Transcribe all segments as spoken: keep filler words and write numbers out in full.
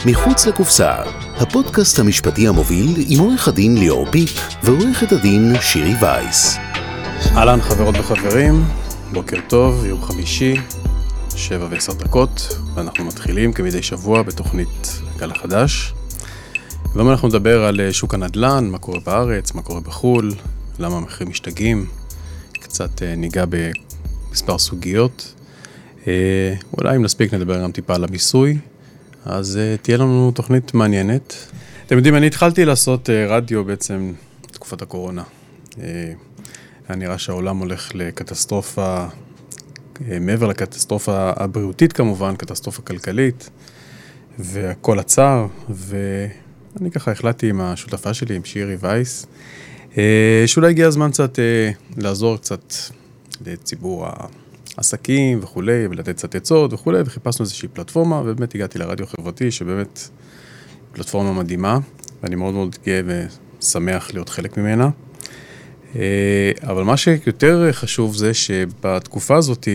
מחוץ לקופסה, הפודקאסט המשפטי המוביל עם עורך הדין ליאור פיק ועורכת הדין שירי וייס. אהלן חברות וחברים, בוקר טוב, יום חמישי, שבע ועשר דקות, ואנחנו מתחילים כמדי שבוע בתוכנית גל החדש. והיום אנחנו נדבר על שוק הנדל"ן, מה קורה בארץ, מה קורה בחול, למה המחירים משתגעים, קצת ניגע במספר סוגיות. אולי אם נספיק נדבר גם טיפה על המיסוי, אז תהיה לנו תוכנית מעניינת. אתם יודעים, אני התחלתי לעשות רדיו בעצם תקופת הקורונה. היה נראה שהעולם הולך לקטסטרופה, מעבר לקטסטרופה הבריאותית כמובן, קטסטרופה כלכלית, והכל עצר, ואני ככה החלטתי עם השותפה שלי, עם שירי וייס, שאולי הגיע הזמן קצת לעזור קצת לציבור העסקים וכולי, ולתת קצת עצות וכולי, וחיפשנו איזושהי פלטפורמה, ובאמת הגעתי לרדיו חברתי, שבאמת פלטפורמה מדהימה, ואני מאוד מאוד גאה ושמח להיות חלק ממנה. אבל מה שיותר חשוב זה שבתקופה הזאת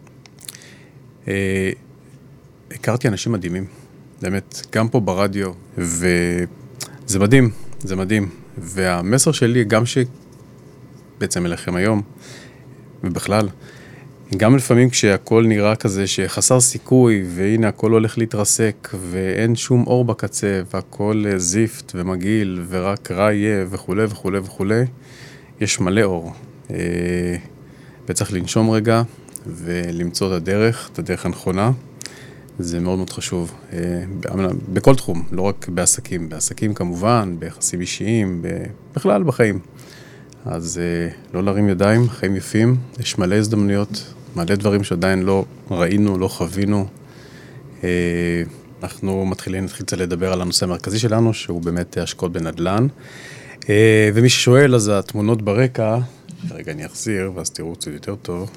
הכרתי אנשים מדהימים, באמת, גם פה ברדיו, וזה מדהים, זה מדהים. והמסר שלי, גם שבעצם אליכם היום, ובכלל, גם לפעמים כשהכל נראה כזה שחסר סיכוי, והנה הכל הולך להתרסק, ואין שום אור בקצה, והכל זיפט ומגיל, ורק רע יהיה, וכו' וכו' וכו', יש מלא אור. וצריך לנשום רגע, ולמצוא את הדרך, את הדרך הנכונה. זה מאוד מאוד חשוב. בכל תחום, לא רק בעסקים. בעסקים כמובן, ביחסים אישיים, בכלל בחיים. אז לא להרים ידיים, חיים יפים. יש מלא הזדמנויות, מלא דברים שעדיין לא ראינו, לא חווינו. אנחנו מתחילים, נתחיל קצת לדבר על הנושא המרכזי שלנו, שהוא באמת השקעות בנדל"ן. ומי ששואל, אז התמונות ברקע, רגע אני אחזיר, ואז תראו קצת יותר טוב.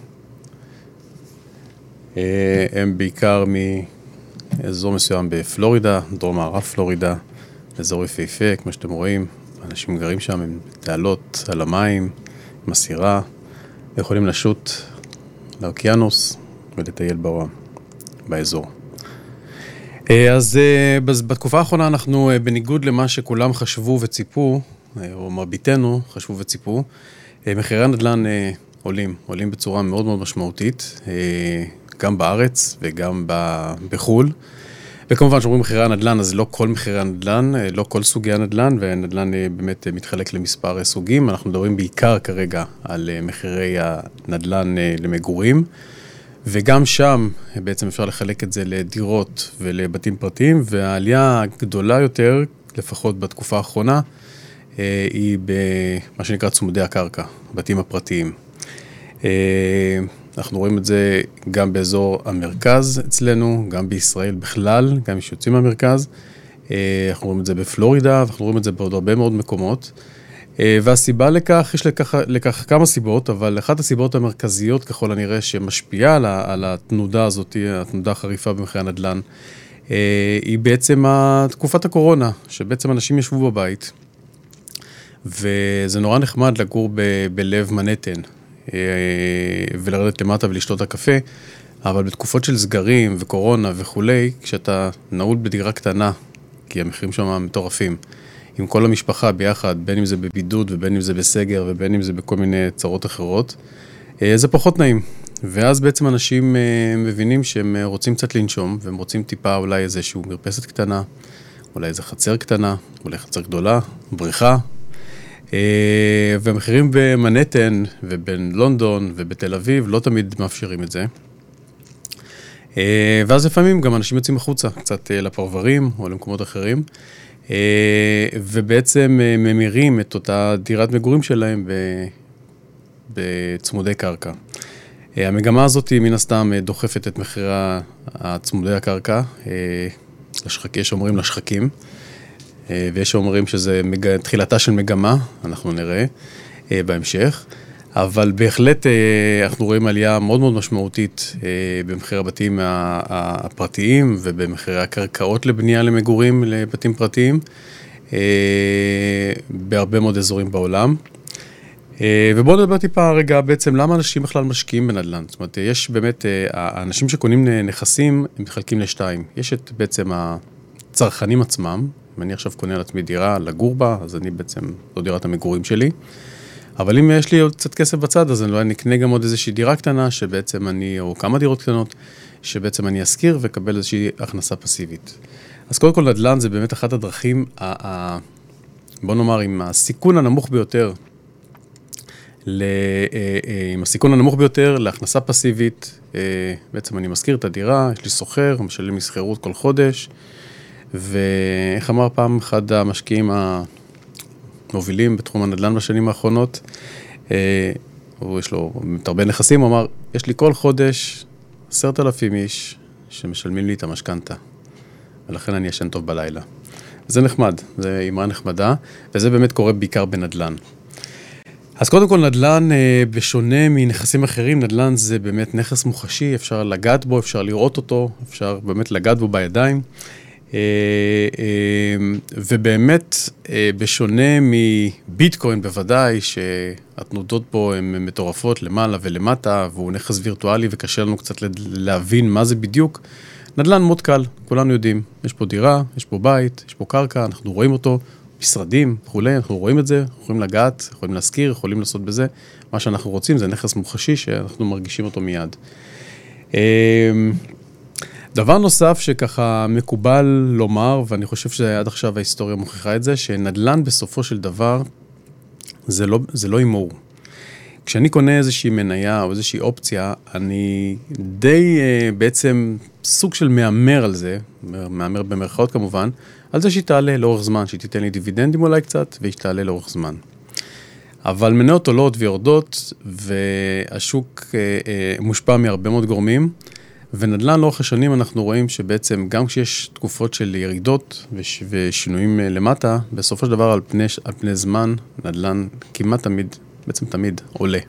הם בעיקר מאזור מסוים בפלורידה, דרום מערב פלורידה, אזור יפהפה, כמו שאתם רואים. אנשים גרים שם עם תעלות על המים, עם הסירה, ויכולים לשוט לאוקיינוס ולטייל בעולם, באזור. אז בתקופה האחרונה אנחנו, בניגוד למה שכולם חשבו וציפו, או מרביתנו חשבו וציפו, מחירי הנדל"ן עולים, עולים בצורה מאוד מאוד משמעותית, גם בארץ וגם בחול. וכמובן שאומרים מחירי הנדל"ן, אז לא כל מחירי הנדל"ן, לא כל סוגי הנדל"ן, והנדל"ן באמת מתחלק למספר סוגים. אנחנו מדברים בעיקר כרגע על מחירי הנדל"ן למגורים, וגם שם בעצם אפשר לחלק את זה לדירות ולבתים פרטיים, והעלייה הגדולה יותר, לפחות בתקופה האחרונה, היא במה שנקרא צמודי הקרקע, בתים הפרטיים. אנחנו רואים את זה גם באזור המרכז אצלנו, גם בישראל בכלל, גם שיוצאים מהמרכז. אנחנו רואים את זה בפלורידה, ואנחנו רואים את זה בעוד הרבה מאוד מקומות. והסיבה לכך, יש לכך, לכך כמה סיבות, אבל אחת הסיבות המרכזיות ככל הנראה שמשפיעה על, על התנודה הזאת, התנודה החריפה במחירי הנדל"ן, היא בעצם תקופת הקורונה, שבעצם אנשים ישבו בבית, וזה נורא נחמד לגור ב- בלב מנהטן, ולרדת למטה ולשתות הקפה, אבל בתקופות של סגרים וקורונה וכולי, כשאתה נעול בדירה קטנה, כי המחירים שם מטורפים, עם כל המשפחה ביחד, בין אם זה בבידוד ובין אם זה בסגר ובין אם זה בכל מיני צרות אחרות, זה פחות נעים. ואז בעצם אנשים מבינים שהם רוצים קצת לנשום, והם רוצים טיפה אולי איזשהו מרפסת קטנה, אולי איזו חצר קטנה, אולי חצר גדולה, בריכה, והמחירים במנהטן ובין לונדון ובתל אביב לא תמיד מאפשרים את זה. ואז לפעמים גם אנשים יוצאים החוצה, קצת לפרברים או למקומות אחרים, ובעצם ממירים את אותה דירת מגורים שלהם בצמודי קרקע. המגמה הזאת מן הסתם דוחפת את מחירי הצמודי הקרקע, יש אומרים לשחקים, ויש שאומרים שזה מג... תחילתה של מגמה, אנחנו נראה בהמשך, אבל בהחלט אנחנו רואים עלייה מאוד מאוד משמעותית במחירי הבתים הפרטיים ובמחירי הקרקעות לבנייה למגורים לבתים פרטיים, בהרבה מאוד אזורים בעולם. ובואו נדבר טיפה רגע בעצם למה אנשים בכלל משקיעים בנדל"ן. זאת אומרת, יש באמת, האנשים שקונים נכסים, הם מתחלקים לשתיים. יש את בעצם הצרכנים עצמם. אם אני עכשיו קונה על עצמי דירה לגור בה, אז אני בעצם, זו דירת המגורים שלי. אבל אם יש לי עוד קצת כסף בצד, אז אני נקנה גם עוד איזושהי דירה קטנה, שבעצם אני, או כמה דירות קטנות, שבעצם אני אזכיר וקבל איזושהי הכנסה פסיבית. אז קודם כל נדל"ן זה באמת אחת הדרכים, ה- ה- בוא נאמר, עם הסיכון הנמוך ביותר, ל- עם הסיכון הנמוך ביותר להכנסה פסיבית, בעצם אני מזכיר את הדירה, יש לי סוחר, משלם לי שכירות כל חודש, ואיך אמר פעם אחד המשקיעים המובילים בתחום הנדל"ן בשנים האחרונות, הוא יש לו הרבה נכסים, הוא אמר, יש לי כל חודש עשרת אלפים איש שמשלמים לי את המשכנתה, ולכן אני ישן טוב בלילה. וזה נחמד, זה אמרה נחמדה, וזה באמת קורה בעיקר בנדל"ן. אז קודם כל נדל"ן, בשונה מנכסים אחרים, נדל"ן זה באמת נכס מוחשי, אפשר לגעת בו, אפשר לראות אותו, אפשר באמת לגעת בו בידיים, ובאמת בשונה מביטקוין בוודאי, שהתנודות פה הן מטורפות למעלה ולמטה, והוא נכס וירטואלי וקשה לנו קצת להבין מה זה בדיוק, נדל"ן מאוד קל, כולנו יודעים, יש פה דירה, יש פה בית, יש פה קרקע, אנחנו רואים אותו, משרדים וכולי, אנחנו רואים את זה, יכולים לגעת, יכולים להזכיר, יכולים לעשות בזה, מה שאנחנו רוצים זה נכס מוחשי שאנחנו מרגישים אותו מיד. דבר נוסף שככה מקובל לומר, ואני חושב שעד עכשיו ההיסטוריה מוכיחה את זה, שנדל"ן בסופו של דבר זה לא, זה לא אימור. כשאני קונה איזושהי מניה או איזושהי אופציה, אני די בעצם סוג של מאמר על זה, מאמר במרכאות כמובן, על זה שהיא תעלה לאורך זמן, שהיא תיתן לי דיבידנדים אולי קצת, והיא תעלה לאורך זמן. אבל מניות עולות ויורדות, והשוק אה, אה, מושפע מהרבה מאוד גורמים, ונדל"ן לאורך השנים אנחנו רואים שבעצם גם כשיש תקופות של ירידות וש, ושינויים למטה, בסופו של דבר על פני, על פני זמן, נדל"ן כמעט תמיד, בעצם תמיד עולה.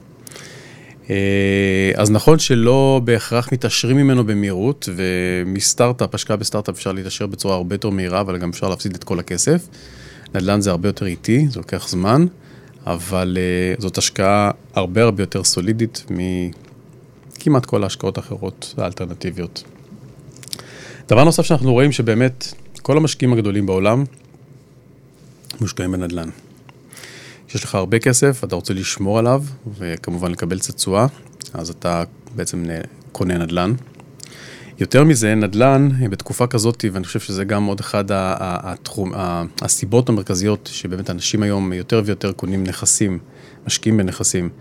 אז נכון שלא בהכרח מתעשרים ממנו במהירות, ומסטארט-אפ, השקעה בסטארט-אפ אפשר להתעשר בצורה הרבה יותר מהירה, אבל גם אפשר להפסיד את כל הכסף. נדל"ן זה הרבה יותר איטי, זה לוקח זמן, אבל זאת השקעה הרבה הרבה יותר סולידית מכמעט כל ההשקעות האחרות האלטרנטיביות. דבר נוסף שאנחנו רואים שבאמת כל המשקיעים הגדולים בעולם מושקעים בנדל"ן. כשיש לך הרבה כסף, אתה רוצה לשמור עליו, וכמובן לקבל צצועה, אז אתה בעצם קונה נדל"ן. יותר מזה, נדל"ן בתקופה כזאת, ואני חושב שזה גם עוד אחד התחום, הסיבות המרכזיות, שבאמת אנשים היום יותר ויותר קונים נכסים, משקיעים בנכסים,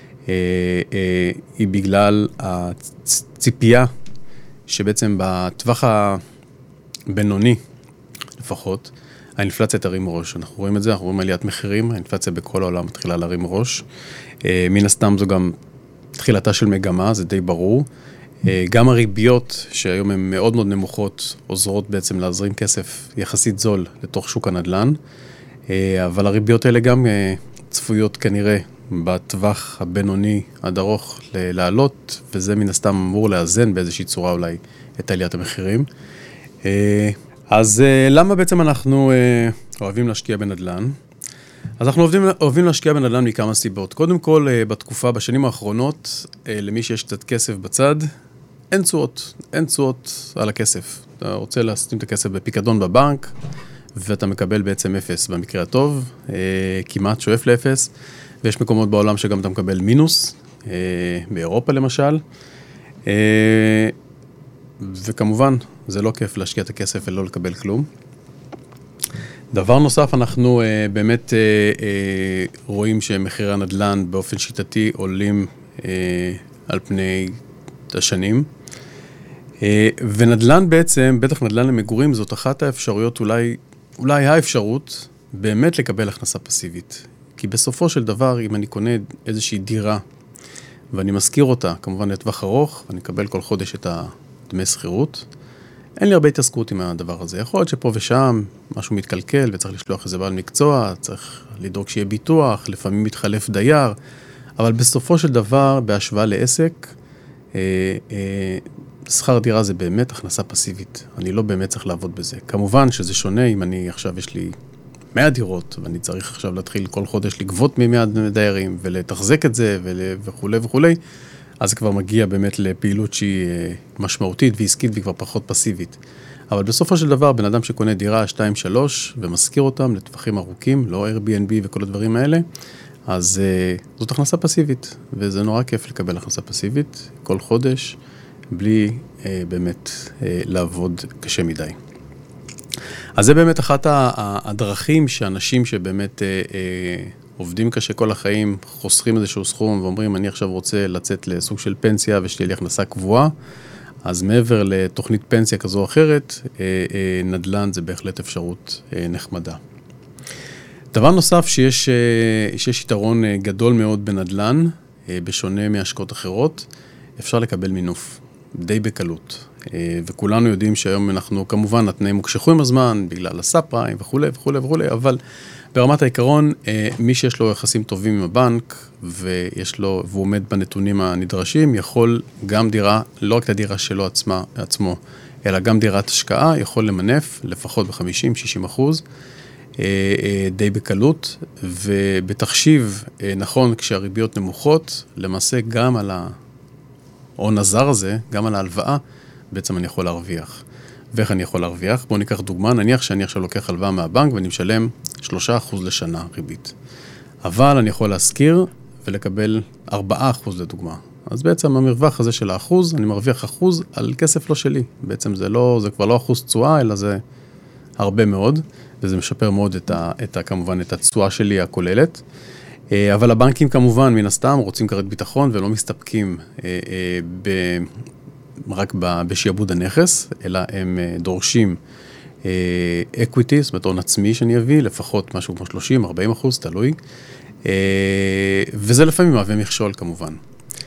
היא בגלל הציפייה, שבעצם בטווח הבינוני לפחות, האינפלציה תרים ראש. אנחנו רואים את זה, אנחנו רואים עליית מחירים, האינפלציה בכל העולם מתחילה להרים ראש. מן הסתם זו גם תחילתה של מגמה, זה די ברור. גם הריביות שהיום הן מאוד מאוד נמוכות, עוזרות בעצם להזרים כסף יחסית זול לתוך שוק הנדל"ן, אבל הריביות האלה גם צפויות כנראה בטווח הבינוני עד ארוך לעלות, וזה מן הסתם אמור לאזן באיזושהי צורה אולי את עליית המחירים. אז למה בעצם אנחנו אוהבים להשקיע בנדל"ן? אז אנחנו אוהבים, אוהבים להשקיע בנדל"ן מכמה סיבות. קודם כל, בתקופה, בשנים האחרונות, למי שיש קצת כסף בצד, אין תשואות, אין תשואות על הכסף. אתה רוצה לשים את הכסף בפיקדון בבנק, ואתה מקבל בעצם אפס במקרה הטוב, כמעט שואף לאפס, ויש מקומות בעולם שגם אתה מקבל מינוס, באירופה למשל, וכמובן, זה לא כיף להשקיע את הכסף ולא לקבל כלום. דבר נוסף, אנחנו uh, באמת uh, uh, רואים שמחירי הנדל"ן באופן שיטתי עולים uh, על פני השנים. Uh, ונדל"ן בעצם, בטח נדל"ן למגורים, זאת אחת האפשרויות, אולי, אולי האפשרות, באמת לקבל הכנסה פסיבית. כי בסופו של דבר, אם אני קונה איזושהי דירה, ואני מזכיר אותה, כמובן לטווח ארוך, ואני אקבל כל חודש את הדמי שכירות, אין לי הרבה התעסקות עם הדבר הזה. יכול להיות שפה ושם משהו מתקלקל וצריך לשלוח איזה בעל מקצוע, צריך לדאוג שיהיה ביטוח, לפעמים מתחלף דייר, אבל בסופו של דבר, בהשוואה לעסק, אה, אה, שכר דירה זה באמת הכנסה פסיבית. אני לא באמת צריך לעבוד בזה. כמובן שזה שונה אם אני עכשיו יש לי מאה דירות, ואני צריך עכשיו להתחיל כל חודש לגבות מ-מאה דיירים ולתחזק את זה וכו' וכו'. אז זה כבר מגיע באמת לפעילות שהיא משמעותית ועסקית וכבר פחות פסיבית. אבל בסופו של דבר, בן אדם שקונה דירה שתיים שלוש ומשכיר אותם לטווחים ארוכים, לא Airbnb וכל הדברים האלה, אז uh, זאת הכנסה פסיבית, וזה נורא כיף לקבל הכנסה פסיבית כל חודש, בלי uh, באמת uh, לעבוד קשה מדי. אז זה באמת אחת הדרכים שאנשים שבאמת uh, uh, עובדים קשה כל החיים, חוסכים איזשהו סכום ואומרים, אני עכשיו רוצה לצאת לסוג של פנסיה ושתהיה לי הכנסה קבועה, אז מעבר לתוכנית פנסיה כזו או אחרת, uh, uh, נדל"ן זה בהחלט אפשרות uh, נחמדה. דבר נוסף שיש, שיש יתרון גדול מאוד בנדל"ן, בשונה מהשקעות אחרות, אפשר לקבל מינוף, די בקלות. וכולנו יודעים שהיום אנחנו, כמובן, התנאים מוקשחו עם הזמן, בגלל הסאפריים וכו' וכו' וכו', אבל ברמת העיקרון, מי שיש לו יחסים טובים עם הבנק, ויש לו, והוא עומד בנתונים הנדרשים, יכול גם דירה, לא רק את הדירה שלו עצמה, עצמו, אלא גם דירת השקעה, יכול למנף לפחות ב-חמישים עד שישים אחוז, די בקלות, ובתחשיב נכון כשהריביות נמוכות, למעשה גם על ההון הזר הזה, גם על ההלוואה, בעצם אני יכול להרוויח. ואיך אני יכול להרוויח? בואו ניקח דוגמה, נניח שאני עכשיו לוקח הלוואה מהבנק ואני משלם שלושה אחוז לשנה ריבית. אבל אני יכול להשכיר ולקבל ארבעה אחוז לדוגמה. אז בעצם המרווח הזה של האחוז, אני מרוויח אחוז על כסף לא שלי. בעצם זה לא, זה כבר לא אחוז תשואה, אלא זה הרבה מאוד. וזה משפר מאוד את ה, את ה, כמובן, את התשואה שלי הכוללת. אבל הבנקים כמובן, מן הסתם, רוצים כרת ביטחון ולא מסתפקים ב, רק בשעבוד הנכס, אלא הם דורשים equity, זאת אומרת, הון עצמי שאני אביא, לפחות משהו כמו שלושים עד ארבעים אחוז, תלוי. וזה לפעמים מהווה מכשול כמובן.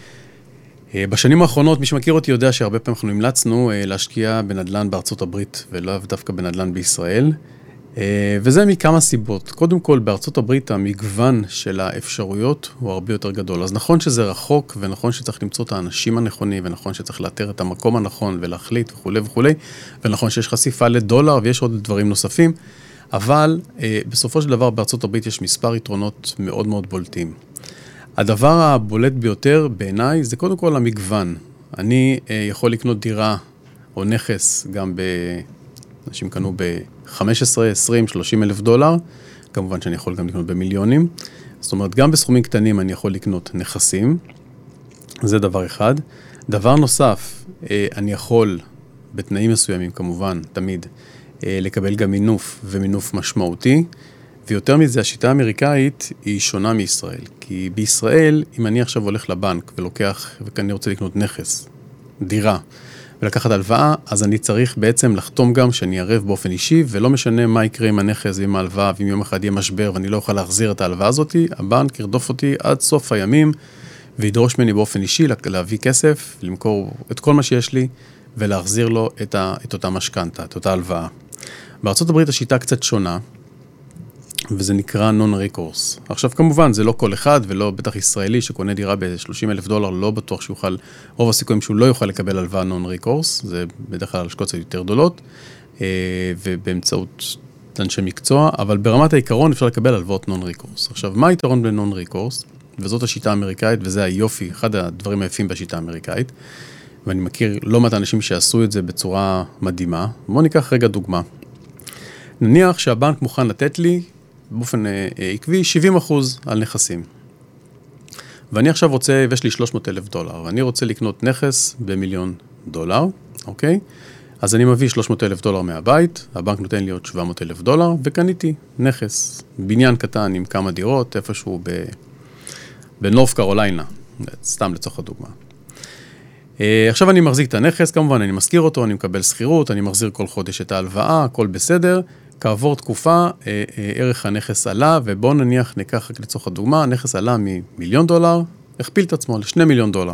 בשנים האחרונות, מי שמכיר אותי יודע שהרבה פעמים אנחנו המלצנו להשקיע בנדל"ן בארצות הברית, ולא דווקא בנדל"ן בישראל. וזה מכמה סיבות. קודם כל, בארצות הברית המגוון של האפשרויות הוא הרבה יותר גדול. אז נכון שזה רחוק, ונכון שצריך למצוא את האנשים הנכונים, ונכון שצריך לאתר את המקום הנכון ולהחליט וכו' וכו', ונכון שיש חשיפה לדולר ויש עוד דברים נוספים, אבל בסופו של דבר בארצות הברית יש מספר יתרונות מאוד מאוד בולטים. הדבר הבולט ביותר בעיניי זה קודם כל המגוון. אני יכול לקנות דירה או נכס גם ב... אנשים קנו ב-חמש עשרה, עשרים, שלושים אלף דולר, כמובן שאני יכול גם לקנות במיליונים. זאת אומרת, גם בסכומים קטנים אני יכול לקנות נכסים, זה דבר אחד. דבר נוסף, אני יכול, בתנאים מסוימים כמובן, תמיד, לקבל גם מינוף ומינוף משמעותי, ויותר מזה, השיטה האמריקאית היא שונה מישראל, כי בישראל, אם אני עכשיו הולך לבנק ולוקח, וכאן אני רוצה לקנות נכס, דירה, ולקחת הלוואה, אז אני צריך בעצם לחתום גם שאני אערב באופן אישי, ולא משנה מה יקרה עם הנכס ועם ההלוואה, ואם יום אחד יהיה משבר ואני לא אוכל להחזיר את ההלוואה הזאת, הבנק ירדוף אותי עד סוף הימים, וידרוש ממני באופן אישי להביא כסף, למכור את כל מה שיש לי, ולהחזיר לו את, ה, את אותה משכנתה, את אותה הלוואה. בארצות הברית השיטה קצת שונה, וזה נקרא non-recourse. עכשיו כמובן זה לא כל אחד, ולא בטח ישראלי שקונה דירה ב-שלושים אלף דולר, לא בטוח שיוכל, רוב הסיכויים שהוא לא יוכל לקבל הלוואה non-recourse, זה בדרך כלל השקעות קצת יותר גדולות, ובאמצעות אנשי מקצוע, אבל ברמת העיקרון אפשר לקבל הלוואות non-recourse. עכשיו, מה היתרון ב-non-recourse? וזאת השיטה האמריקאית, וזה היופי, אחד הדברים היפים בשיטה האמריקאית, ואני מכיר לא מעט אנשים שעשו את זה בצורה מדהימה. בואו ניקח רגע דוגמה. נניח שהבנק מוכן לתת לי באופן עקבי שבעים אחוז על נכסים. ואני עכשיו רוצה, ויש לי שלוש מאות אלף דולר, ואני רוצה לקנות נכס במיליון דולר, אוקיי? אז אני מביא שלוש מאות אלף דולר מהבית, הבנק נותן לי עוד שבע מאות אלף דולר, וקניתי נכס, בניין קטן עם כמה דירות, איפשהו ב... בנורף קרוליינה, סתם לצורך הדוגמה. עכשיו אני מחזיק את הנכס, כמובן אני מזכיר אותו, אני מקבל שכירות, אני מחזיר כל חודש את ההלוואה, הכל בסדר, כעבור תקופה, ערך הנכס עלה, ובואו נניח, ניקח רק לצורך הדוגמה, הנכס עלה ממיליון דולר, הכפיל את עצמו לשני מיליון דולר.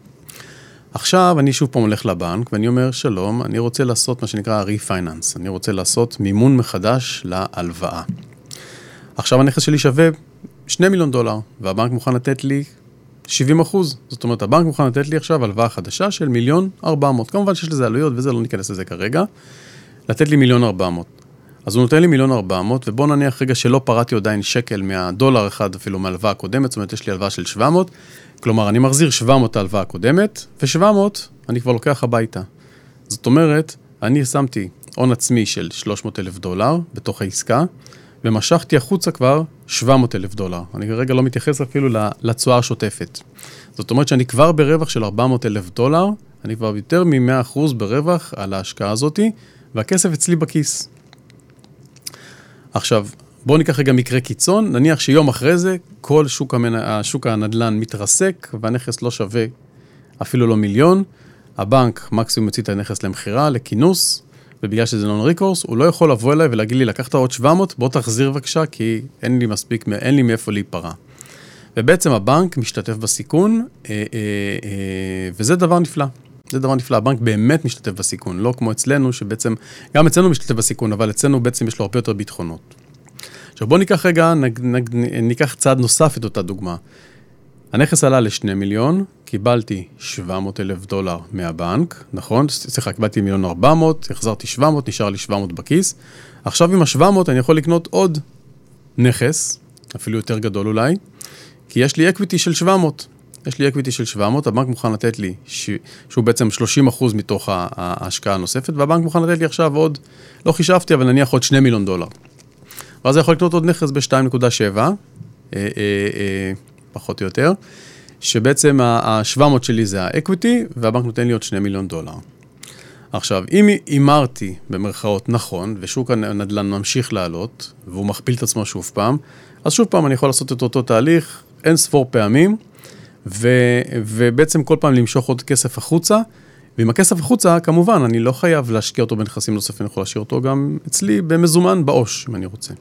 עכשיו אני שוב פעם הולך לבנק, ואני אומר, שלום, אני רוצה לעשות מה שנקרא ריפייננס, אני רוצה לעשות מימון מחדש להלוואה. עכשיו הנכס שלי שווה שני מיליון דולר, והבנק מוכן לתת לי שבעים אחוז. זאת אומרת, הבנק מוכן לתת לי עכשיו הלוואה חדשה של מיליון ארבע מאות. כמובן שיש לזה עלויות, וזה לא ניכנס לזה כרגע. לתת לי מיליון ארבע מאות. אז הוא נותן לי מיליון ארבע מאות, ובוא נניח רגע שלא פרעתי עדיין שקל מהדולר אחד, אפילו מהלוואה הקודמת, זאת אומרת, יש לי הלוואה של שבע מאות. כלומר, אני מחזיר שבע מאות ההלוואה הקודמת, ו-שבע מאות אני כבר לוקח הביתה. זאת אומרת, אני שמתי הון עצמי של שלוש מאות אלף דולר בתוך העסקה, ומשכתי החוצה כבר שבע מאות אלף דולר. אני כרגע לא מתייחס אפילו לתשואה השוטפת. זאת אומרת שאני כבר ברווח של ארבע מאות אלף דולר, אני כבר יותר מ-מאה אחוז ברווח על ההשקעה הזאת, והכסף אצלי בכיס. עכשיו, בואו ניקח רגע מקרה קיצון, נניח שיום אחרי זה, כל שוק, המנ... שוק הנדלן מתרסק, והנכס לא שווה אפילו לא מיליון, הבנק מקסימום יוציא את הנכס למחירה, לכינוס, ובגלל שזה נון ריקורס, הוא לא יכול לבוא אליי ולהגיד לי, לקחת עוד שבע מאות, בוא תחזיר בבקשה, כי אין לי מספיק, אין לי מאיפה להיפרע. ובעצם הבנק משתתף בסיכון, אה, אה, אה, וזה דבר נפלא. זה דבר נפלא, הבנק באמת משתתף בסיכון, לא כמו אצלנו, שבעצם, גם אצלנו משתתף בסיכון, אבל אצלנו בעצם יש לו הרבה יותר ביטחונות. עכשיו בוא ניקח רגע, נג, נג, ניקח צעד נוסף את אותה דוגמה. הנכס עלה לשני מיליון, קיבלתי שבע מאות אלף דולר מהבנק, נכון? סליחה, קיבלתי מיליון ארבע מאות, החזרתי שבע מאות, נשאר לי שבע מאות בכיס. עכשיו עם ה-שבע מאות אני יכול לקנות עוד נכס, אפילו יותר גדול אולי, כי יש לי אקוויטי של שבע מאות. יש לי אקוויטי של שבע מאות, הבנק מוכן לתת לי, ש... שהוא בעצם שלושים אחוז מתוך ההשקעה הנוספת, והבנק מוכן לתת לי עכשיו עוד, לא חישבתי, אבל נניח עוד שני מיליון דולר. ואז אני יכול לקנות עוד נכס ב-שתיים נקודה שבע, אה, אה, אה, פחות או יותר, שבעצם ה-שבע מאות שלי זה האקוויטי, והבנק נותן לי עוד שני מיליון דולר. עכשיו, אם אימרתי במרכאות נכון, ושוק הנדל"ן ממשיך לעלות, והוא מכפיל את עצמו שוב פעם, אז שוב פעם אני יכול לעשות את אותו תהליך, אין ספור פעמים, ו, ובעצם כל פעם למשוך עוד כסף החוצה, ועם הכסף החוצה, כמובן, אני לא חייב להשקיע אותו בנכסים נוספים, אני יכול להשאיר אותו גם אצלי במזומן בעו"ש, אם אני רוצה.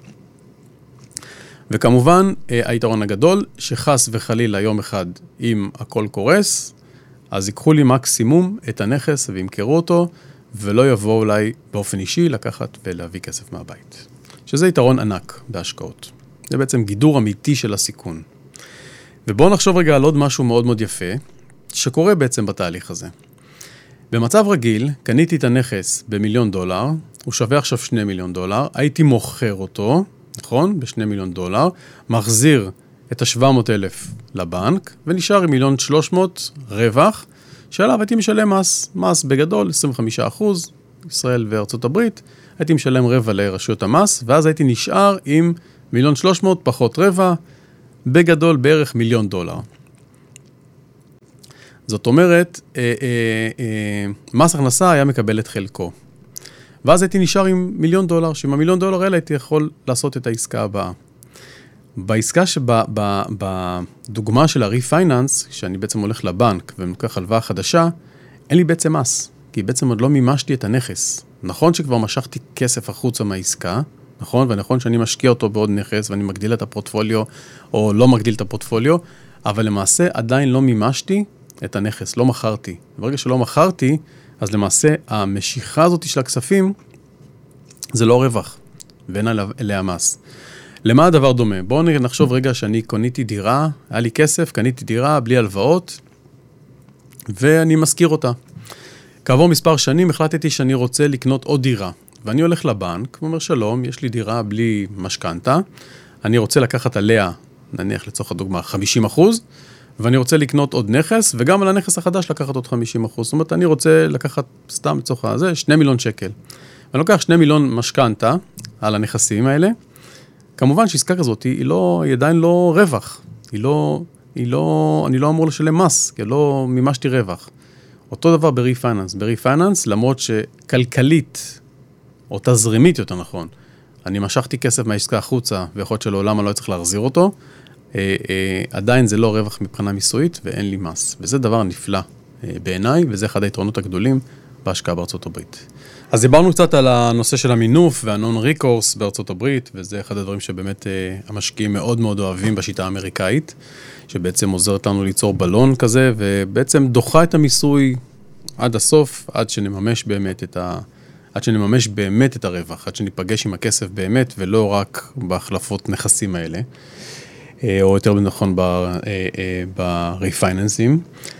וכמובן, היתרון הגדול, שחס וחלילה יום אחד, אם הכל קורס, אז ייקחו לי מקסימום את הנכס וימכרו אותו, ולא יבואו אולי באופן אישי לקחת ולהביא כסף מהבית. שזה יתרון ענק בהשקעות. זה בעצם גידור אמיתי של הסיכון. ובואו נחשוב רגע על עוד משהו מאוד מאוד יפה, שקורה בעצם בתהליך הזה. במצב רגיל, קניתי את הנכס במיליון דולר, הוא שווה עכשיו שני מיליון דולר, הייתי מוכר אותו, נכון? בשני מיליון דולר, מחזיר את ה-שבע מאות אלף לבנק, ונשאר עם מיליון שלוש מאות רווח, שעליו הייתי משלם מס, מס בגדול, עשרים וחמישה אחוז, ישראל וארצות הברית, הייתי משלם רבע לרשויות המס, ואז הייתי נשאר עם מיליון שלוש מאות פחות רבע, בגדול בערך מיליון דולר. זאת אומרת, אה, אה, אה, מס הכנסה היה מקבל את חלקו. ואז הייתי נשאר עם מיליון דולר, שעם המיליון דולר האלה הייתי יכול לעשות את העסקה הבאה. בעסקה שבדוגמה של הריפייננס, שאני בעצם הולך לבנק ומלוקח הלוואה חדשה, אין לי בעצם מס, כי בעצם עוד לא מימשתי את הנכס. נכון שכבר משכתי כסף החוצה מהעסקה, נכון? ונכון שאני משקיע אותו בעוד נכס, ואני מגדיל את הפורטפוליו, או לא מגדיל את הפורטפוליו, אבל למעשה עדיין לא מימשתי את הנכס, לא מכרתי. ברגע שלא מכרתי, אז למעשה המשיכה הזאת של הכספים, זה לא רווח, ואין עליה מס. למה הדבר דומה? בואו נחשוב רגע שאני קניתי דירה, היה לי כסף, קניתי דירה בלי הלוואות, ואני מזכיר אותה. כעבור מספר שנים החלטתי שאני רוצה לקנות עוד דירה, ואני הולך לבנק, ואומר שלום, יש לי דירה בלי משכנתה, אני רוצה לקחת עליה, נניח לצורך הדוגמה, חמישים אחוז, ואני רוצה לקנות עוד נכס, וגם על הנכס החדש לקחת עוד חמישים אחוז. זאת אומרת, אני רוצה לקחת סתם לצורך הזה, שני מיליון שקל. ואני לוקח שני מיליון משכנתה על הנכסים האלה. כמובן שעסקה כזאת היא, לא, היא עדיין לא רווח. היא לא, היא לא, אני לא אמור לשלם מס, כי לא מימשתי רווח. אותו דבר בריפייננס. בריפייננס, למרות שכלכלית, או תזרימית יותר נכון, אני משכתי כסף מהעסקה החוצה, ויכול להיות שלעולם אני לא צריך להחזיר אותו, אה, אה, עדיין זה לא רווח מבחינה מיסויית, ואין לי מס. וזה דבר נפלא אה, בעיניי, וזה אחד היתרונות הגדולים בהשקעה בארצות הברית. אז דיברנו קצת על הנושא של המינוף והנון ריקורס בארצות הברית, וזה אחד הדברים שבאמת אה, המשקיעים מאוד מאוד אוהבים בשיטה האמריקאית, שבעצם עוזרת לנו ליצור בלון כזה, ובעצם דוחה את המיסוי עד הסוף, עד שנממש באמת את ה... עד שנממש באמת את הרווח, עד שניפגש עם הכסף באמת, ולא רק בהחלפות נכסים האלה, או יותר נכון בריפייננסים.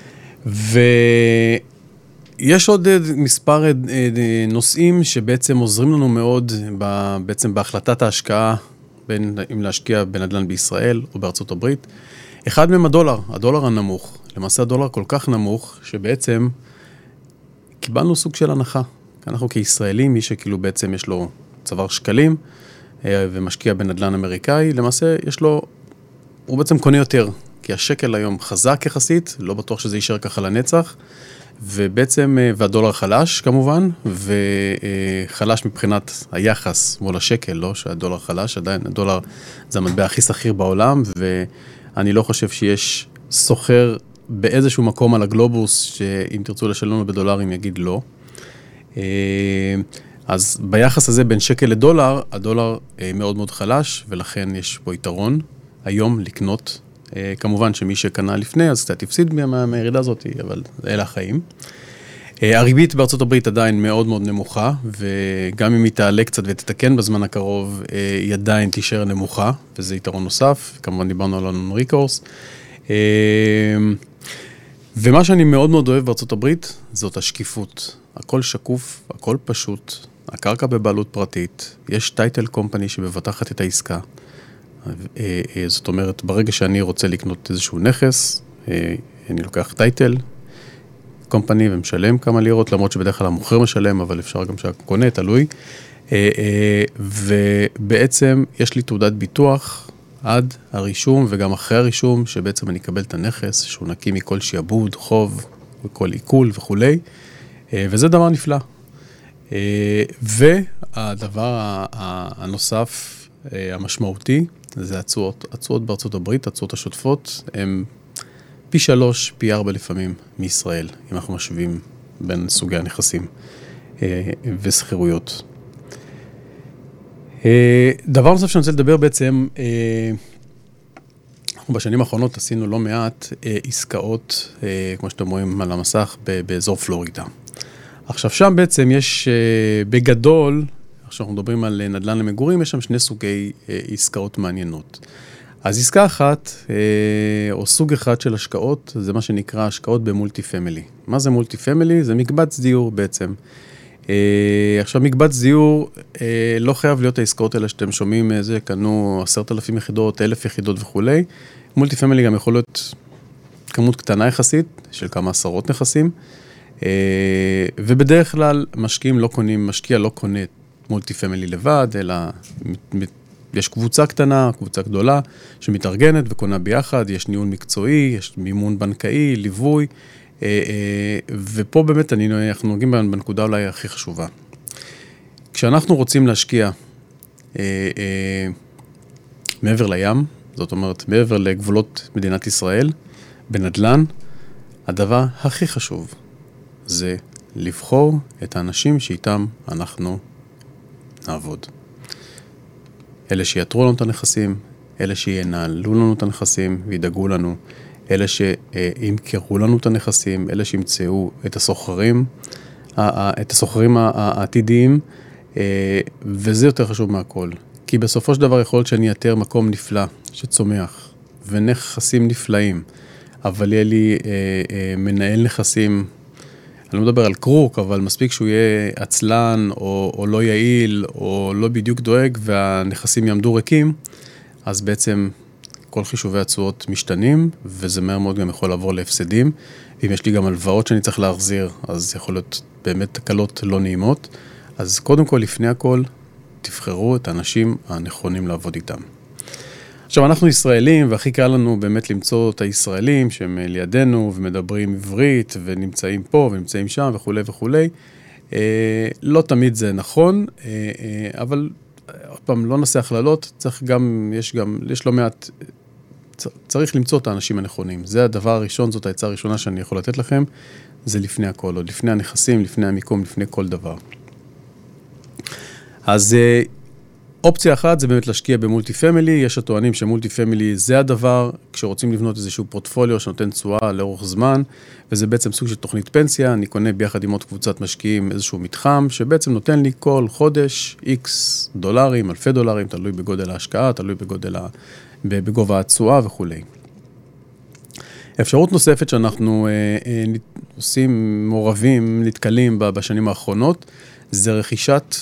ויש עוד מספר נושאים שבעצם עוזרים לנו מאוד, בעצם בהחלטת ההשקעה, בין, אם להשקיע בנדל"ן בישראל או בארצות הברית. אחד מהם הדולר, הדולר הנמוך. למעשה הדולר כל כך נמוך, שבעצם קיבלנו סוג של הנחה. אנחנו כישראלים, מי שכאילו בעצם יש לו צוואר שקלים, ומשקיע בנדלן אמריקאי, למעשה יש לו, הוא בעצם קונה יותר, כי השקל היום חזק יחסית, לא בטוח שזה יישאר ככה לנצח, ובעצם, והדולר חלש כמובן, וחלש מבחינת היחס מול השקל, לא שהדולר חלש, עדיין הדולר זה המטבע הכי סחיר בעולם, ואני לא חושב שיש סוחר באיזשהו מקום על הגלובוס, שאם תרצו לשלם לו בדולרים יגיד לא. אז ביחס הזה בין שקל לדולר, הדולר מאוד מאוד חלש, ולכן יש פה יתרון היום לקנות. כמובן שמי שקנה לפני, אז קצת הפסיד מהירידה הזאת, אבל אלה החיים. הריבית בארצות הברית עדיין מאוד מאוד נמוכה, וגם אם היא תעלה קצת ותתקן בזמן הקרוב, היא עדיין תישאר נמוכה, וזה יתרון נוסף. כמובן דיברנו על הנון-ריקורס. ומה שאני מאוד מאוד אוהב בארצות הברית, זאת השקיפות. הכל שקוף, הכל פשוט. הקרקע בבעלות פרטית, יש טייטל קומפני שבבטחת את העסקה. זאת אומרת, ברגע שאני רוצה לקנות איזשהו נכס, אני לוקח טייטל קומפני ומשלם כמה לירות, למרות שבדרך כלל המוכר משלם, אבל אפשר גם שהקונה, תלוי. ובעצם יש לי תעודת ביטוח עד הרישום וגם אחרי הרישום, שבעצם אני אקבל את הנכס, שהוא נקי מכל שיעבוד, חוב וכל עיכול וכולי. וזה דבר נפלא. והדבר הנוסף המשמעותי, זה הצועות, הצועות בארצות הברית, הצועות השוטפות, הן פי שלוש, פי ארבע לפעמים מישראל, אם אנחנו משווים בין סוגי הנכסים וסחירויות. דבר נוסף שאני רוצה לדבר בעצם, אנחנו בשנים האחרונות עשינו לא מעט עסקאות, כמו שאתם רואים על המסך, באזור פלורידה. עכשיו שם בעצם יש בגדול, עכשיו אנחנו מדברים על נדל"ן למגורים, יש שם שני סוגי עסקאות מעניינות. אז עסקה אחת, או סוג אחד של השקעות, זה מה שנקרא השקעות במולטי פמילי. מה זה מולטי פמילי? זה מקבץ דיור בעצם. עכשיו מקבץ דיור, לא חייב להיות העסקאות האלה שאתם שומעים, זה קנו עשרת אלפים יחידות, אלף יחידות וכו'. מולטי פמילי גם יכול להיות כמות קטנה יחסית, של כמה עשרות נכסים. ובדרך כלל משקיעים לא קונים, משקיע לא קונה מולטי פמילי לבד, אלא יש קבוצה קטנה, קבוצה גדולה, שמתארגנת וקונה ביחד, יש ניהול מקצועי, יש מימון בנקאי, ליווי, ופה באמת אני, אנחנו נוגעים בנקודה אולי הכי חשובה. כשאנחנו רוצים להשקיע מעבר לים, זאת אומרת, מעבר לגבולות מדינת ישראל, בנדל"ן, הדבר הכי חשוב זה לבחור את האנשים שאיתם אנחנו נעבוד. אלה שיתרו לנו את הנכסים, אלה שינהלו לנו את הנכסים וידאגו לנו, אלה שימכרו לנו את הנכסים, אלה שימצאו את הסוחרים, את הסוחרים העתידיים, וזה יותר חשוב מהכל. כי בסופו של דבר יכול להיות שאני אתר מקום נפלא שצומח, ונכסים נפלאים, אבל יהיה לי מנהל נכסים, אני לא מדבר על קרוק, אבל מספיק שהוא יהיה עצלן, או, או לא יעיל, או לא בדיוק דואג, והנכסים יעמדו ריקים, אז בעצם כל חישובי התשואות משתנים, וזה מהר מאוד גם יכול לעבור להפסדים. ואם יש לי גם הלוואות שאני צריך להחזיר, אז יכול להיות באמת תקלות לא נעימות. אז קודם כל, לפני הכל, תבחרו את האנשים הנכונים לעבוד איתם. עכשיו, אנחנו ישראלים, והכי קל לנו באמת למצוא את הישראלים שהם לידינו ומדברים עברית ונמצאים פה ונמצאים שם וכו' וכו'. אה, לא תמיד זה נכון, אה, אה, אבל עוד פעם, לא נעשה הכללות, צריך גם, יש גם, יש לא מעט, צריך למצוא את האנשים הנכונים. זה הדבר הראשון, זאת העצה הראשונה שאני יכול לתת לכם, זה לפני הכל, עוד לפני הנכסים, לפני המיקום, לפני כל דבר. אז אה, אופציה אחת זה באמת להשקיע במולטי פמילי, יש הטוענים שמולטי פמילי זה הדבר, כשרוצים לבנות איזשהו פורטפוליו שנותן תשואה לאורך זמן, וזה בעצם סוג של תוכנית פנסיה, אני קונה ביחד עם עוד קבוצת משקיעים איזשהו מתחם, שבעצם נותן לי כל חודש איקס דולרים, אלפי דולרים, תלוי בגודל ההשקעה, תלוי בגודל ה... בגובה התשואה וכו'. אפשרות נוספת שאנחנו אה, אה, עושים מעורבים, נתקלים בשנים האחרונות, זה רכישת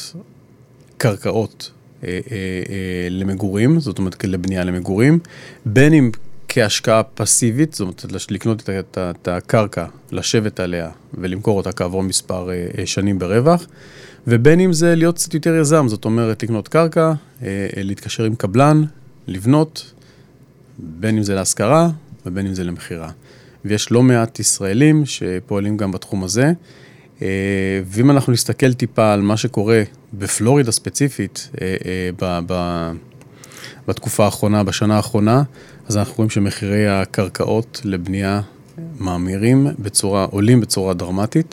קרקעות. למגורים, זאת אומרת לבנייה למגורים, בין אם כהשקעה פסיבית, זאת אומרת, לקנות את, את, את הקרקע, לשבת עליה ולמכור אותה כעבור מספר אה, שנים ברווח, ובין אם זה להיות קצת יותר יזם, זאת אומרת, לקנות קרקע, אה, להתקשר עם קבלן, לבנות, בין אם זה להשכרה ובין אם זה למחירה. ויש לא מעט ישראלים שפועלים גם בתחום הזה, אה, ואם אנחנו נסתכל טיפה על מה שקורה בפלורידה ספציפית, אה, אה, ב... ב בתקופה האחרונה, בשנה האחרונה, אז אנחנו רואים שמחירי הקרקעות לבנייה מאמירים בצורה, עולים בצורה דרמטית,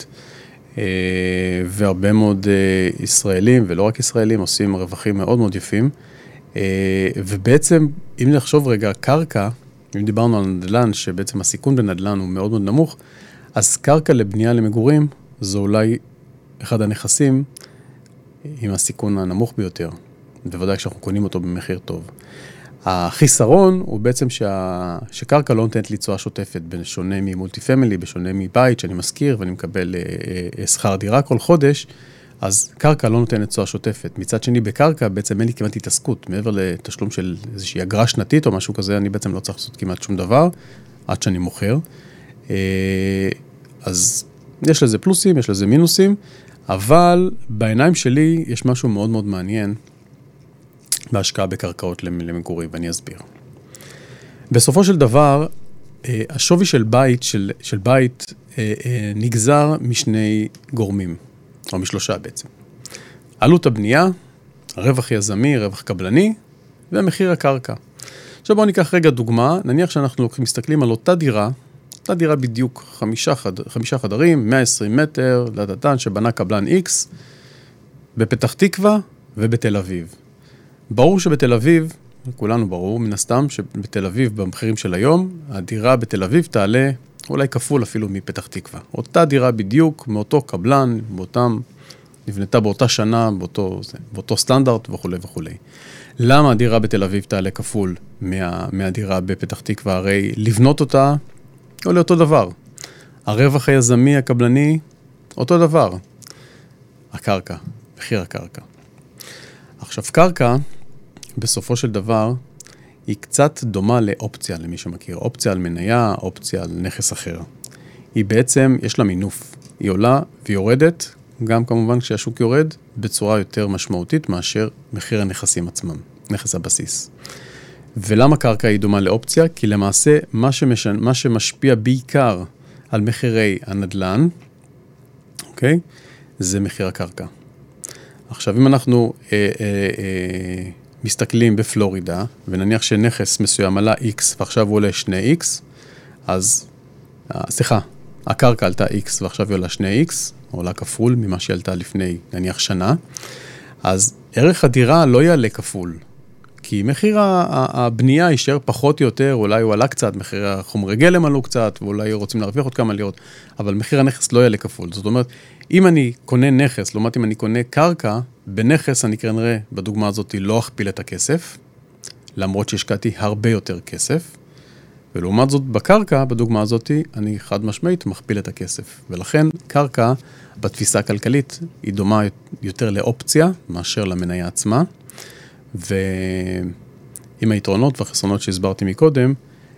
והרבה מאוד ישראלים, ולא רק ישראלים, עושים רווחים מאוד מאוד יפים, ובעצם, אם נחשוב רגע, קרקע, אם דיברנו על נדל"ן, שבעצם הסיכון בנדל"ן הוא מאוד מאוד נמוך, אז קרקע לבנייה למגורים, זו אולי אחד הנכסים עם הסיכון הנמוך ביותר. בוודאי כשאנחנו קונים אותו במחיר טוב. החיסרון הוא בעצם שה... שקרקע לא נותנת לי תשואה שוטפת, בשונה ממולטי פמילי, בשונה מבית שאני מזכיר ואני מקבל אה, אה, שכר דירה כל חודש, אז קרקע לא נותנת תשואה שוטפת. מצד שני, בקרקע בעצם אין לי כמעט התעסקות, מעבר לתשלום של איזושהי אגרה שנתית או משהו כזה, אני בעצם לא צריך לעשות כמעט שום דבר, עד שאני מוכר. אה, אז יש לזה פלוסים, יש לזה מינוסים, אבל בעיניים שלי יש משהו מאוד מאוד מעניין, בהשקעה בקרקעות למגורים, ואני אסביר. בסופו של דבר, השווי של בית, של, של בית נגזר משני גורמים, או משלושה בעצם. עלות הבנייה, רווח יזמי, רווח קבלני, ומחיר הקרקע. עכשיו בואו ניקח רגע דוגמה, נניח שאנחנו מסתכלים על אותה דירה, אותה דירה בדיוק חמישה, חד, חמישה חדרים, מאה ועשרים מטר, לדתן שבנה קבלן X, בפתח תקווה ובתל אביב. ברור שבתל אביב, כולנו ברור, מן הסתם, שבתל אביב, במחירים של היום, הדירה בתל אביב תעלה אולי כפול אפילו מפתח תקווה. אותה דירה בדיוק, מאותו קבלן, באותם, נבנתה באותה שנה, באותו, באותו סטנדרט וכו' וכו'. למה הדירה בתל אביב תעלה כפול מה, מהדירה בפתח תקווה? הרי לבנות אותה עולה אותו דבר. הרווח היזמי, הקבלני, אותו דבר. הקרקע, מחיר הקרקע. עכשיו, קרקע, בסופו של דבר, היא קצת דומה לאופציה, למי שמכיר. אופציה על מניה, אופציה על נכס אחר. היא בעצם, יש לה מינוף. היא עולה ויורדת, גם כמובן כשהשוק יורד, בצורה יותר משמעותית מאשר מחיר הנכסים עצמם, נכס הבסיס. ולמה קרקע היא דומה לאופציה? כי למעשה, מה, שמשן, מה שמשפיע בעיקר על מחירי הנדלן, אוקיי? זה מחיר הקרקע. עכשיו, אם אנחנו אה, אה, אה, מסתכלים בפלורידה, ונניח שנכס מסוים עלה X, ועכשיו הוא עולה שני X, אז, אה, סליחה, הקרקע עלתה X, ועכשיו היא עולה שני X, או עולה כפול ממה שהיא עלתה לפני, נניח שנה, אז ערך הדירה לא יעלה כפול, כי מחיר הבנייה יישאר פחות או יותר, אולי הוא עלה קצת, מחיר החומרי גלם עלו קצת, ואולי רוצים להרוויח עוד כמה לירות, אבל מחיר הנכס לא יעלה כפול. זאת אומרת, אם אני קונה נכס, לעומת אם אני קונה קרקע, בנכס אני כנראה, בדוגמה הזאת, לא אכפיל את הכסף, למרות שהשקעתי הרבה יותר כסף, ולעומת זאת בקרקע, בדוגמה הזאת, אני חד משמעית מכפיל את הכסף. ולכן קרקע, בתפיסה הכלכלית, היא דומה יותר לאופציה, מאשר למניה עצמה, ועם היתרונות והחסרונות שהסברתי מקודם,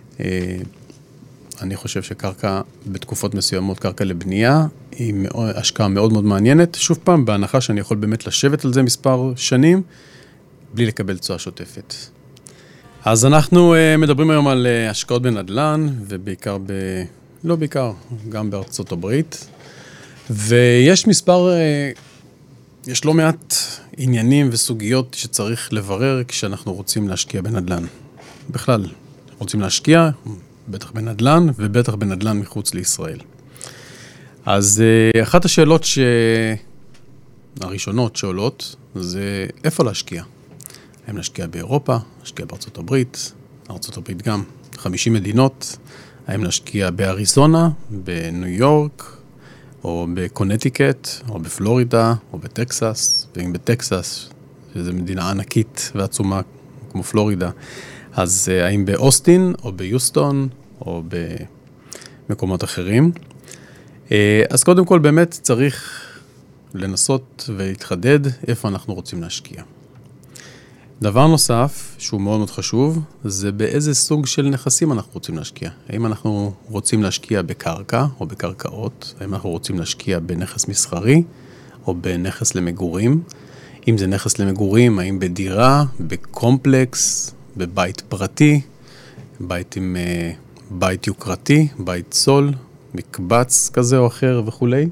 אני חושב שקרקע בתקופות מסוימות, קרקע לבנייה, היא השקעה מאוד מאוד מעניינת. שוב פעם, בהנחה שאני יכול באמת לשבת על זה מספר שנים, בלי לקבל תשואה שוטפת. אז אנחנו מדברים היום על השקעות בנדל"ן, ובעיקר ב... לא בעיקר, גם בארצות הברית. ויש מספר... יש לא מעט עניינים וסוגיות שצריך לברר כשאנחנו רוצים להשקיע בנדל"ן. בכלל, רוצים להשקיע, בטח בנדל"ן, ובטח בנדל"ן מחוץ לישראל. אז אחת השאלות ש... הראשונות שעולות, זה איפה להשקיע? האם להשקיע באירופה, להשקיע בארצות הברית, ארצות הברית גם, חמישים מדינות, האם להשקיע באריזונה, בניו יורק, או בקונטיקט, או בפלורידה, או בטקסס, ואם בטקסס, שזו מדינה ענקית ועצומה כמו פלורידה, אז האם באוסטין, או ביוסטון, או במקומות אחרים. אז קודם כל באמת צריך לנסות ולהתחדד איפה אנחנו רוצים להשקיע. דבר נוסף, שהוא מאוד מאוד חשוב, זה באיזה סוג של נכסים אנחנו רוצים להשקיע. האם אנחנו רוצים להשקיע בקרקע או בקרקעות, האם אנחנו רוצים להשקיע בנכס מסחרי או בנכס למגורים. אם זה נכס למגורים, האם בדירה, בקומפלקס, בבית פרטי, בית עם בית יוקרתי, בית סול, מקבץ כזה או אחר וכולי.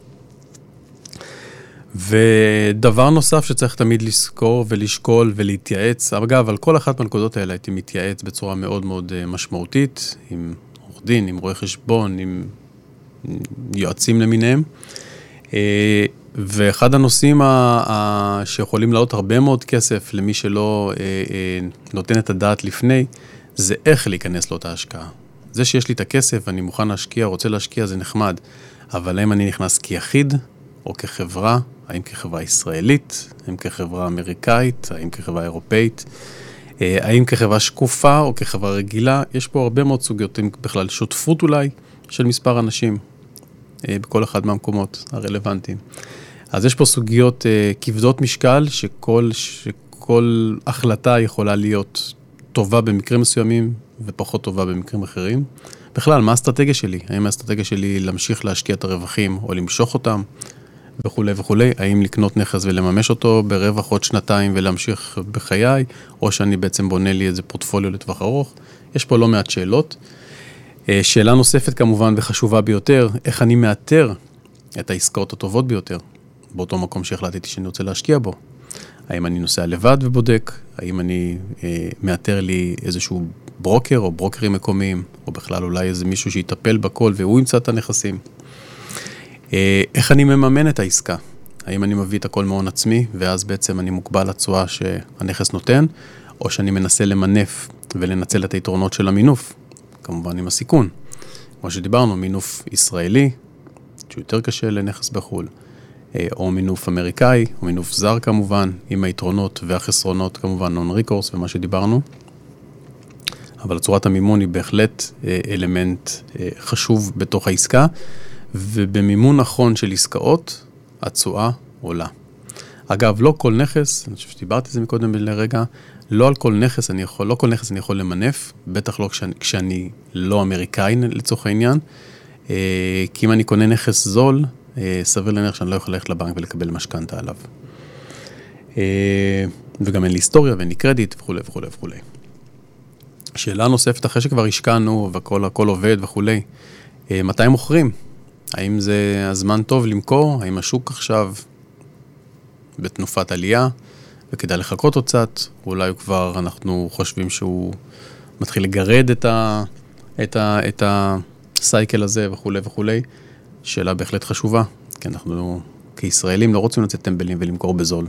ודבר נוסף שצריך תמיד לזכור ולשקול ולהתייעץ, אגב, על כל אחת מהנקודות האלה הייתי מתייעץ בצורה מאוד מאוד משמעותית, עם עורך דין, עם רואה חשבון, עם יועצים למיניהם. ואחד הנושאים שיכולים לעלות הרבה מאוד כסף למי שלא נותן את הדעת לפני, זה איך להיכנס לאותה השקעה. זה שיש לי את הכסף, אני מוכן להשקיע, רוצה להשקיע, זה נחמד. אבל האם אני נכנס כיחיד או כחברה, האם כחברה ישראלית, האם כחברה אמריקאית, האם כחברה אירופאית, האם כחברה שקופה או כחברה רגילה, יש פה הרבה מאוד סוגיות, בכלל שותפות אולי של מספר אנשים, בכל אחד מהמקומות הרלוונטיים. אז יש פה סוגיות כבדות משקל, שכל, שכל החלטה יכולה להיות טובה במקרים מסוימים, ופחות טובה במקרים אחרים. בכלל, מה האסטרטגיה שלי? האם האסטרטגיה שלי להמשיך להשקיע את הרווחים, או למשוך אותם, וכו' וכו'. האם לקנות נכס ולממש אותו ברווח עוד שנתיים ולהמשיך בחיי, או שאני בעצם בונה לי איזה פורטפוליו לטווח ארוך. יש פה לא מעט שאלות. שאלה נוספת כמובן וחשובה ביותר, איך אני מאתר את העסקאות הטובות ביותר, באותו מקום שהחלטתי שאני רוצה להשקיע בו. האם אני נוסע לבד ובודק, האם אני אה, מאתר לי איזשהו ברוקר או ברוקרים מקומיים, או בכלל אולי איזה מישהו שיטפל בכל והוא ימצא את הנכסים. אה, איך אני מממן את העסקה? האם אני מביא את הכל מהון עצמי, ואז בעצם אני מוגבל לתשואה שהנכס נותן, או שאני מנסה למנף ולנצל את היתרונות של המינוף, כמובן עם הסיכון. כמו שדיברנו, מינוף ישראלי, שיותר קשה לנכס בחול, או מינוף אמריקאי, או מינוף זר כמובן, עם היתרונות והחסרונות כמובן, נון ריקורס ומה שדיברנו. אבל צורת המימון היא בהחלט אלמנט חשוב בתוך העסקה, ובמימון נכון של עסקאות, התשואה עולה. אגב, לא כל נכס, אני חושב שדיברתי את זה מקודם לרגע, לא על כל נכס אני יכול, לא כל נכס אני יכול למנף, בטח לא כשאני, כשאני לא אמריקאי לצורך העניין, כי אם אני קונה נכס זול, סביר להניח שאני לא יכול ללכת לבנק ולקבל משכנתה עליו. וגם אין לי היסטוריה ואין לי קרדיט וכו' וכו' וכו'. שאלה נוספת, אחרי שכבר השקענו והכל הכל עובד וכו', מתי מוכרים? האם זה הזמן טוב למכור? האם השוק עכשיו בתנופת עלייה וכדאי לחכות עוד קצת? אולי כבר אנחנו חושבים שהוא מתחיל לגרד את ה את ה את הסייקל הזה וכו' וכו'. שאלה בהחלט חשובה, כי אנחנו כישראלים לא רוצים לצאת טמבלים ולמכור בזול.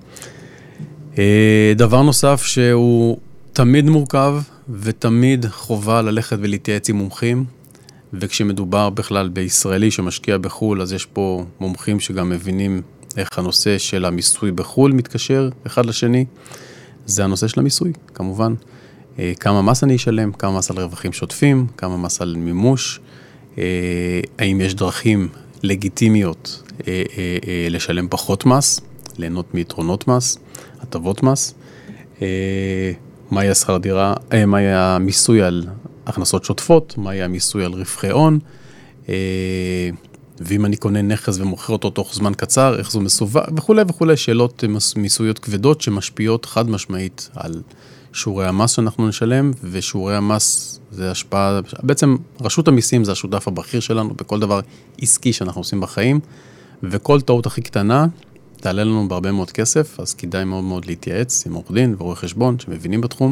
דבר נוסף שהוא תמיד מורכב ותמיד חובה ללכת ולהתייעץ עם מומחים, וכשמדובר בכלל בישראלי שמשקיע בחול, אז יש פה מומחים שגם מבינים איך הנושא של המיסוי בחול מתקשר אחד לשני. זה הנושא של המיסוי, כמובן. כמה מס אני אשלם, כמה מס על רווחים שוטפים, כמה מס על מימוש, האם יש דרכים לגיטימיות לשלם פחות מס, ליהנות מיתרונות מס, הטבות מס, מה יהיה שכר דירה, מה יהיה המיסוי על הכנסות שוטפות, מה יהיה המיסוי על רווחי הון, ואם אני קונה נכס ומוכר אותו תוך זמן קצר, איך זו מסווג, וכו' וכו', שאלות מיסויות כבדות שמשפיעות חד משמעית על שיעורי המס שאנחנו נשלם, ושיעורי המס זה השפעה, בעצם רשות המיסים זה השותף הבכיר שלנו בכל דבר עסקי שאנחנו עושים בחיים, וכל טעות הכי קטנה תעלה לנו בהרבה מאוד כסף, אז כדאי מאוד מאוד להתייעץ עם עורך דין ורואה חשבון שמבינים בתחום.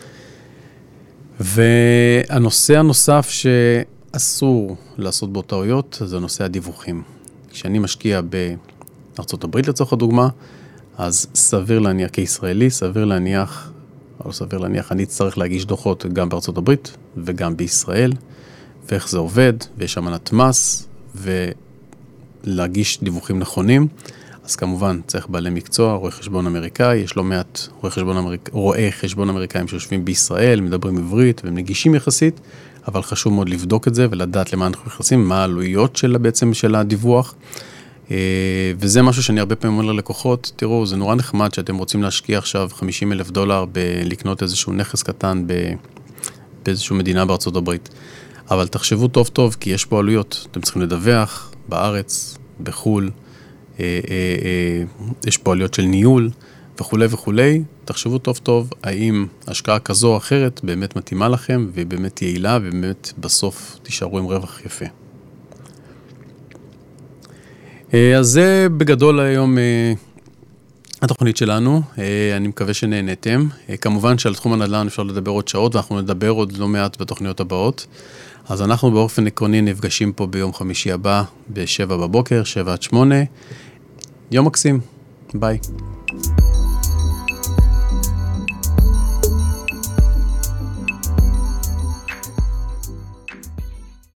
והנושא הנוסף שאסור לעשות בו טעויות, זה נושא הדיווחים. כשאני משקיע בארצות הברית לצורך הדוגמה, אז סביר להניח כישראלי, סביר להניח, או סביר להניח, אני צריך להגיש דוחות גם בארצות הברית וגם בישראל, ואיך זה עובד, ויש אמנת מס, ולהגיש דיווחים נכונים. אז כמובן צריך בעלי מקצוע, רואי חשבון אמריקאי, יש לא מעט רואי חשבון, אמריק... רואי חשבון אמריקאים שיושבים בישראל, מדברים עברית והם נגישים יחסית, אבל חשוב מאוד לבדוק את זה ולדעת למה אנחנו נכנסים, מה העלויות שלה בעצם של הדיווח, וזה משהו שאני הרבה פעמים אומר ללקוחות, תראו, זה נורא נחמד שאתם רוצים להשקיע עכשיו חמישים אלף דולר בלקנות איזשהו נכס קטן באיזשהו מדינה בארצות הברית. אבל תחשבו טוב טוב, כי יש פה עלויות. אתם צריכים לדווח בארץ, בחול, יש פה עלויות של ניהול וכו' וכו'. תחשבו טוב טוב, האם השקעה כזו או אחרת באמת מתאימה לכם, ובאמת יעילה, ובאמת בסוף תישארו עם רווח יפה. אז זה בגדול היום התוכנית שלנו, אני מקווה שנהנתם. כמובן שעל תחום הנדל"ן אפשר לדבר עוד שעות, ואנחנו נדבר עוד לא מעט בתוכניות הבאות. אז אנחנו באופן עקרוני נפגשים פה ביום חמישי הבא, בשבע בבוקר, שבע עד שמונה. יום מקסים, ביי.